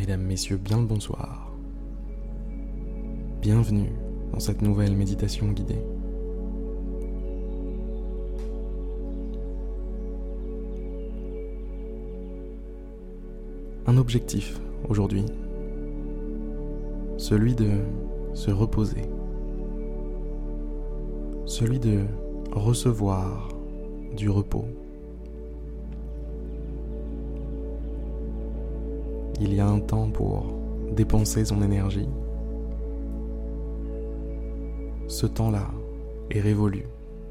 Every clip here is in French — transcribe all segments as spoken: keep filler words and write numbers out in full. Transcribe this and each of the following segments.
Mesdames, Messieurs, bien le bonsoir. Bienvenue dans cette nouvelle méditation guidée. Un objectif aujourd'hui, celui de se reposer, celui de recevoir du repos. Il y a un temps pour dépenser son énergie. Ce temps-là est révolu.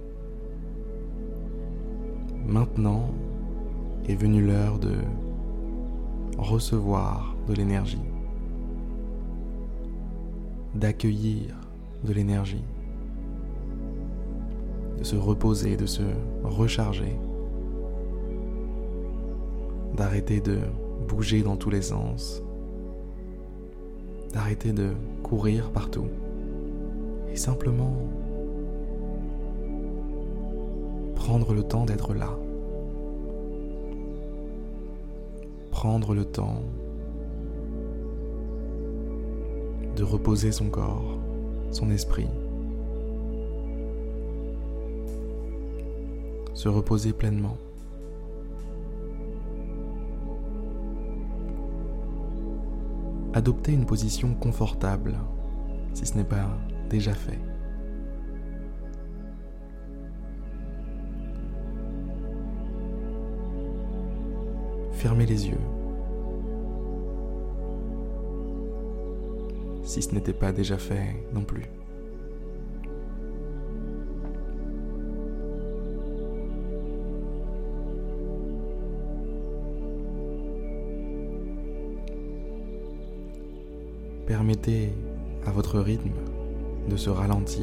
Maintenant est venue l'heure de recevoir de l'énergie, d'accueillir de l'énergie, de se reposer, de se recharger, d'arrêter de bouger dans tous les sens, d'arrêter de courir partout et simplement prendre le temps d'être là, prendre le temps de reposer son corps, son esprit, se reposer pleinement. Adoptez une position confortable, si ce n'est pas déjà fait. Fermez les yeux, si ce n'était pas déjà fait non plus. Permettez à votre rythme de se ralentir.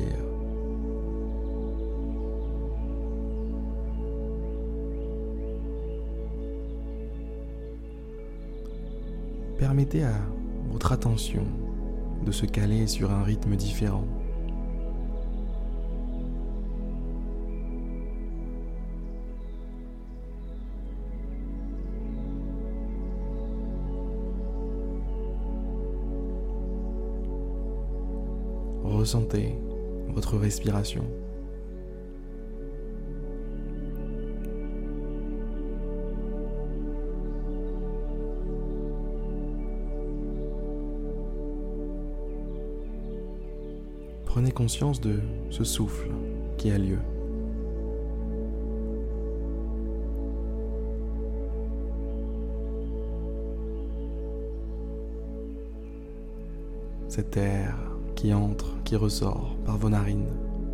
Permettez à votre attention de se caler sur un rythme différent. Ressentez votre respiration. Prenez conscience de ce souffle qui a lieu. Cet air qui entre, qui ressort par vos narines.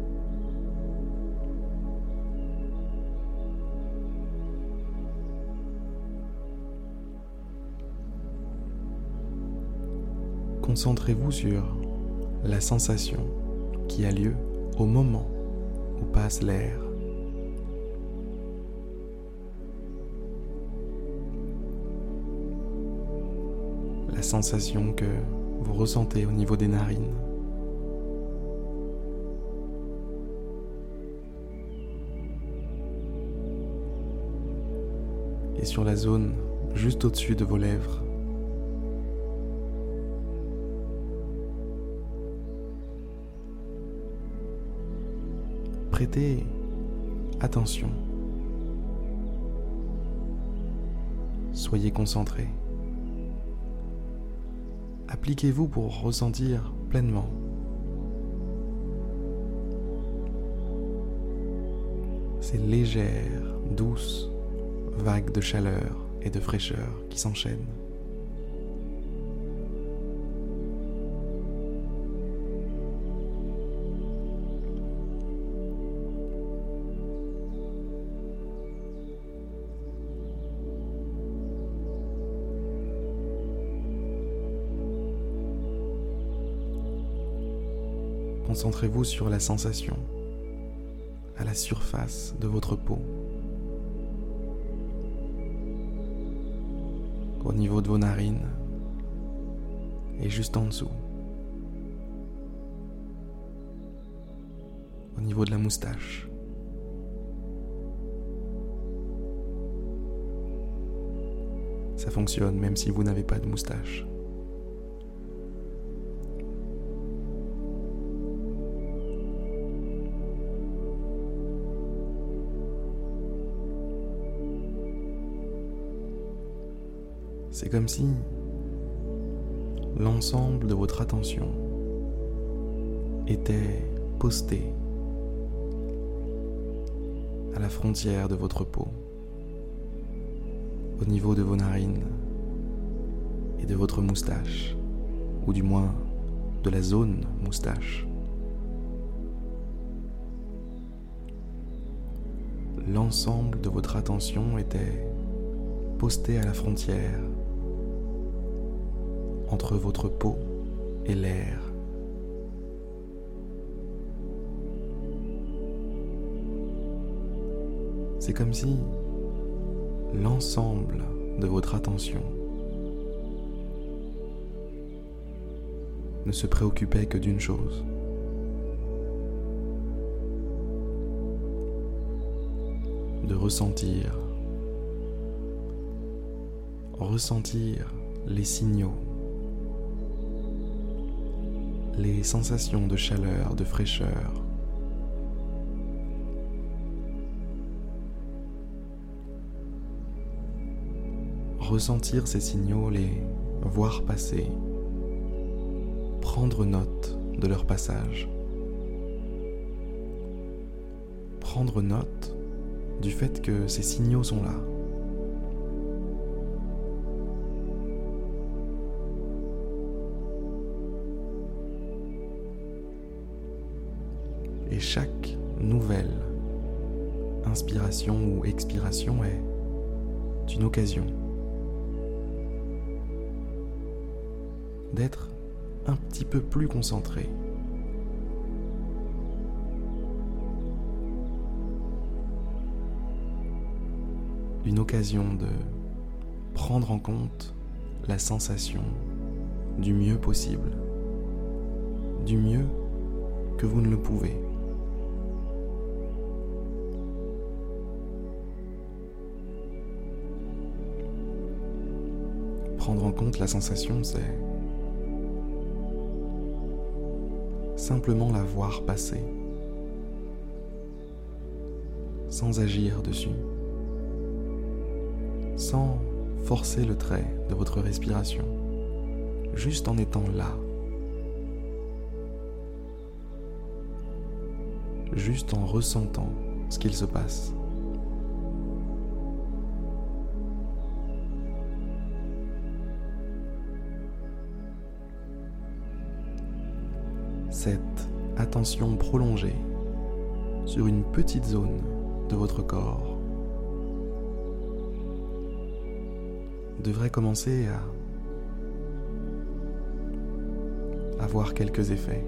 Concentrez-vous sur la sensation qui a lieu au moment où passe l'air. La sensation que vous ressentez au niveau des narines. Et sur la zone juste au-dessus de vos lèvres. Prêtez attention. Soyez concentrés. Appliquez-vous pour ressentir pleinement. Ces légères, douces vagues de chaleur et de fraîcheur qui s'enchaînent. Concentrez-vous sur la sensation à la surface de votre peau, au niveau de vos narines et juste en dessous, au niveau de la moustache. Ça fonctionne même si vous n'avez pas de moustache. C'est comme si l'ensemble de votre attention était posté à la frontière de votre peau, au niveau de vos narines et de votre moustache, ou du moins de la zone moustache. L'ensemble de votre attention était posté à la frontière entre votre peau et l'air. C'est comme si l'ensemble de votre attention ne se préoccupait que d'une chose. De ressentir, ressentir les signaux, les sensations de chaleur, de fraîcheur, ressentir ces signaux, les voir passer, prendre note de leur passage, prendre note du fait que ces signaux sont là. Et chaque nouvelle inspiration ou expiration est une occasion d'être un petit peu plus concentré. Une occasion de prendre en compte la sensation du mieux possible, du mieux que vous ne le pouvez. Prendre en compte la sensation, c'est simplement la voir passer, sans agir dessus, sans forcer le trait de votre respiration, juste en étant là, juste en ressentant ce qu'il se passe. Cette attention prolongée sur une petite zone de votre corps devrait commencer à avoir quelques effets.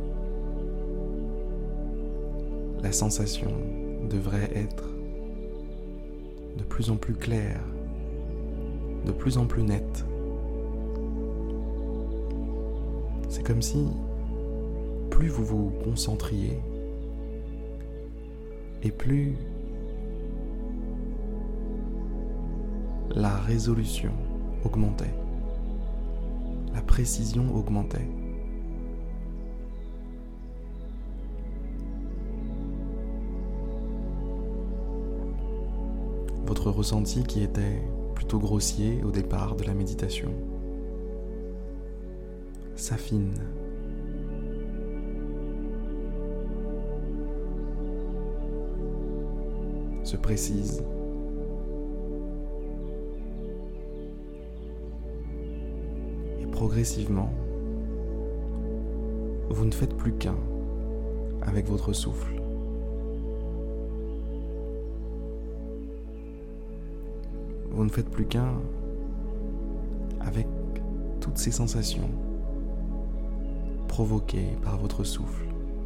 La sensation devrait être de plus en plus claire, de plus en plus nette. C'est comme si plus vous vous concentriez et plus la résolution augmentait, la précision augmentait. Votre ressenti qui était plutôt grossier au départ de la méditation s'affine. Se précise. Et progressivement, vous ne faites plus qu'un avec votre souffle. Vous ne faites plus qu'un avec toutes ces sensations provoquées par votre souffle.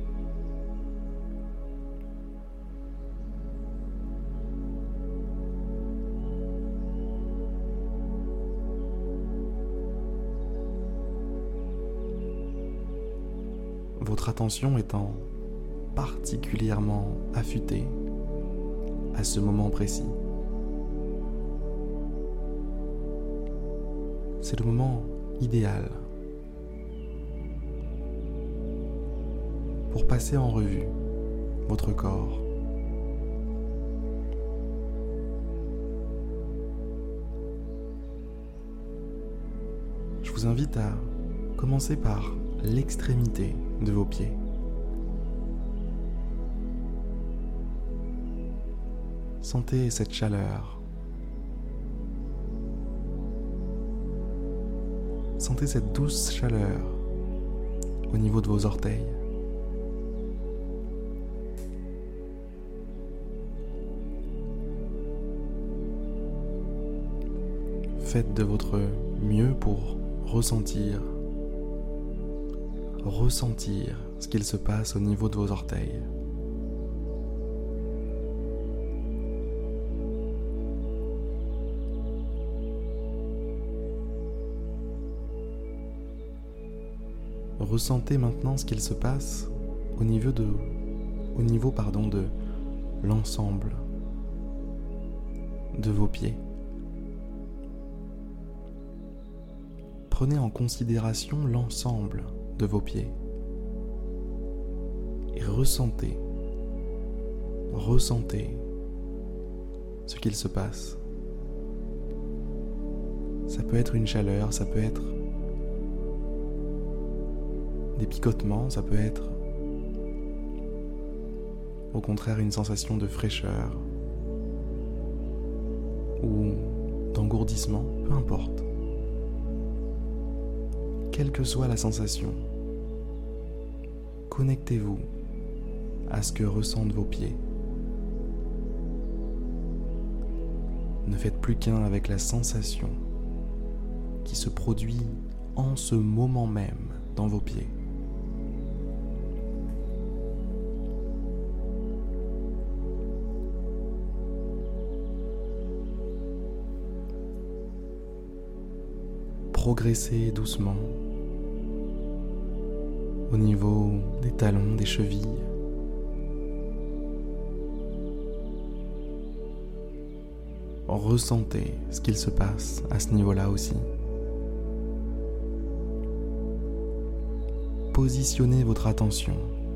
Votre attention étant particulièrement affûtée à ce moment précis. C'est le moment idéal pour passer en revue votre corps. vous invite à commencer par l'extrémité de vos pieds. Sentez cette chaleur. Sentez cette douce chaleur au niveau de vos orteils. Faites de votre mieux pour ressentir, ressentir ce qu'il se passe au niveau de vos orteils. Ressentez maintenant ce qu'il se passe au niveau de, au niveau, pardon, de l'ensemble de vos pieds. Prenez en considération l'ensemble de vos pieds et ressentez, ressentez ce qu'il se passe. Ça peut être une chaleur, ça peut être des picotements, ça peut être au contraire une sensation de fraîcheur ou d'engourdissement, peu importe. Quelle que soit la sensation, connectez-vous à ce que ressentent vos pieds. Ne faites plus qu'un avec la sensation qui se produit en ce moment même dans vos pieds. Progressez doucement au niveau des talons, des chevilles. Ressentez ce qu'il se passe à ce niveau-là aussi. Positionnez votre attention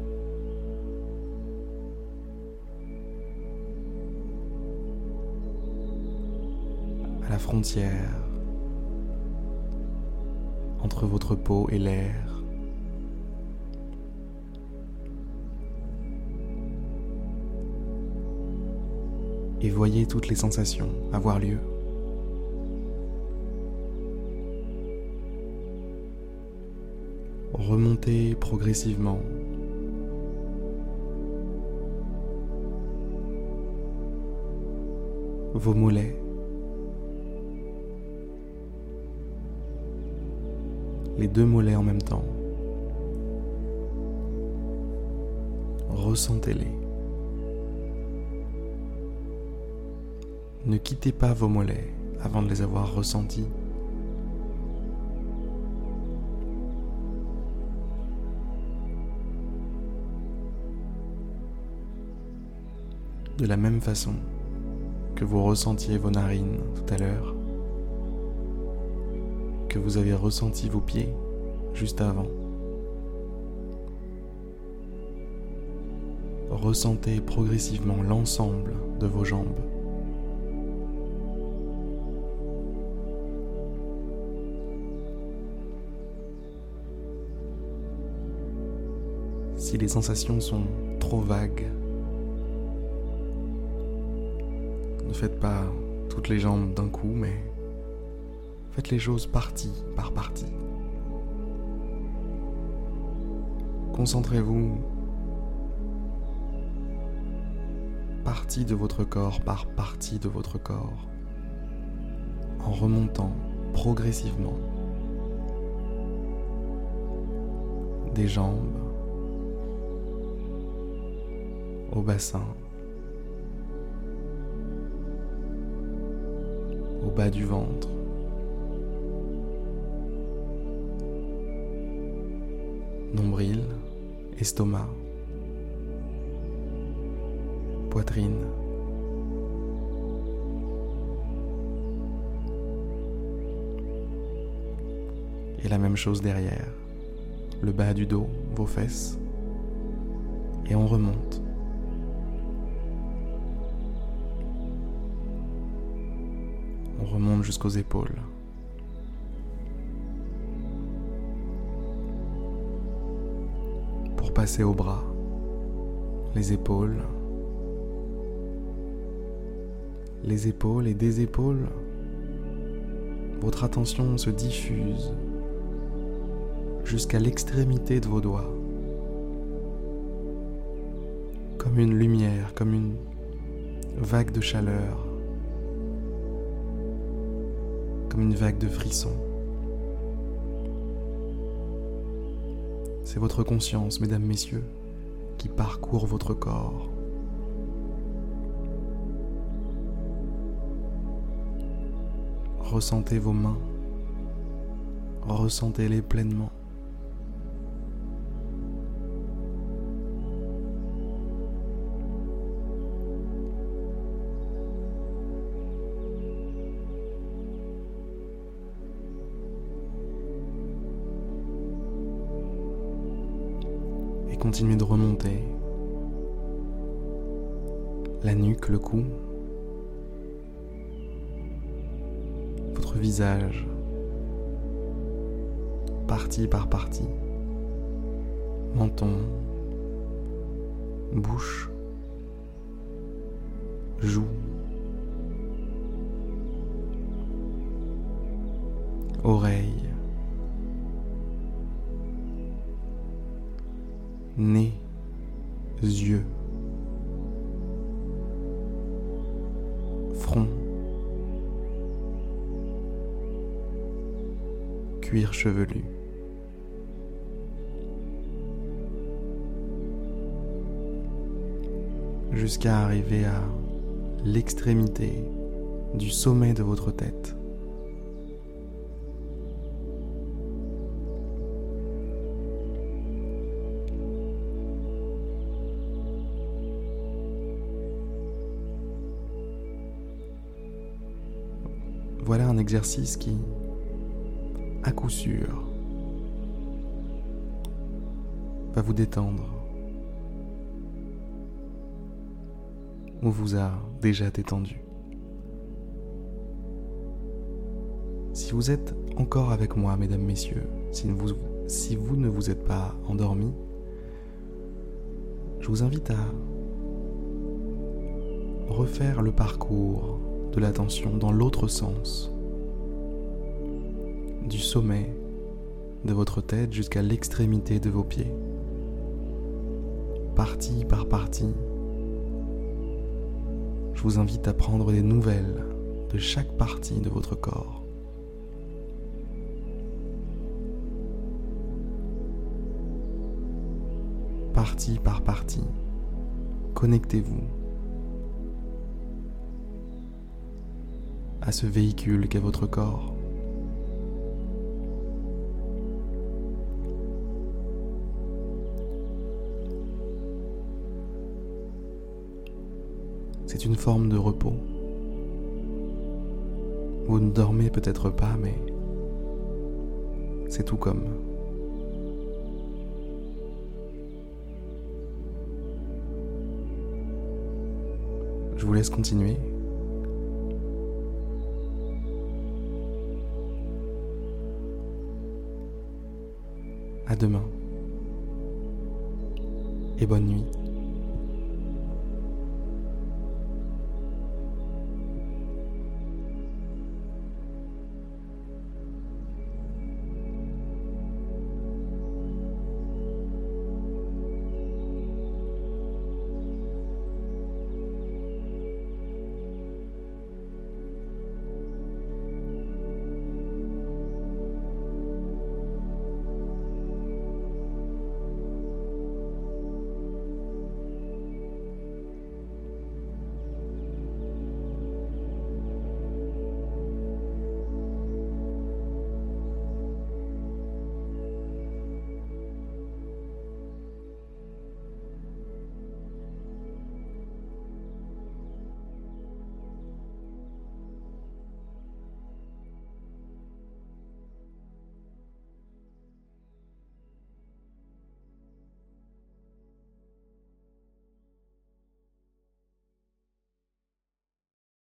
à la frontière entre votre peau et l'air. Et voyez toutes les sensations avoir lieu. Remontez progressivement. Vos mollets. Les deux mollets en même temps. Ressentez-les. Ne quittez pas vos mollets avant de les avoir ressentis. De la même façon que vous ressentiez vos narines tout à l'heure, que vous avez ressenti vos pieds juste avant. Ressentez progressivement l'ensemble de vos jambes. Si les sensations sont trop vagues, ne faites pas toutes les jambes d'un coup, mais faites les choses partie par partie. Concentrez-vous partie de votre corps par partie de votre corps, en remontant progressivement des jambes au bassin, au bas du ventre, nombril, estomac, poitrine, et la même chose derrière, le bas du dos, vos fesses, et on remonte. On remonte jusqu'aux épaules. passez aux bras, les épaules, les épaules et des épaules, votre attention se diffuse jusqu'à l'extrémité de vos doigts, comme une lumière, comme une vague de chaleur, comme une vague de frissons. C'est votre conscience, mesdames, messieurs, qui parcourt votre corps. Ressentez vos mains, ressentez-les pleinement. Et continuez de remonter la nuque, le cou, votre visage, partie par partie, menton, bouche, joues, oreilles, nez, yeux, front, cuir chevelu. Jusqu'à arriver à l'extrémité du sommet de votre tête. Voilà un exercice qui, à coup sûr, va vous détendre ou vous a déjà détendu. Si vous êtes encore avec moi, mesdames, messieurs, si vous, si vous ne vous êtes pas endormis, je vous invite à refaire le parcours de l'attention dans l'autre sens, du sommet de votre tête jusqu'à l'extrémité de vos pieds, partie par partie. Je vous invite à prendre des nouvelles de chaque partie de votre corps. Partie par partie, connectez-vous à ce véhicule qu'est votre corps. C'est une forme de repos. Vous ne dormez peut-être pas, mais c'est tout comme. Je vous laisse continuer. À demain. Et bonne nuit.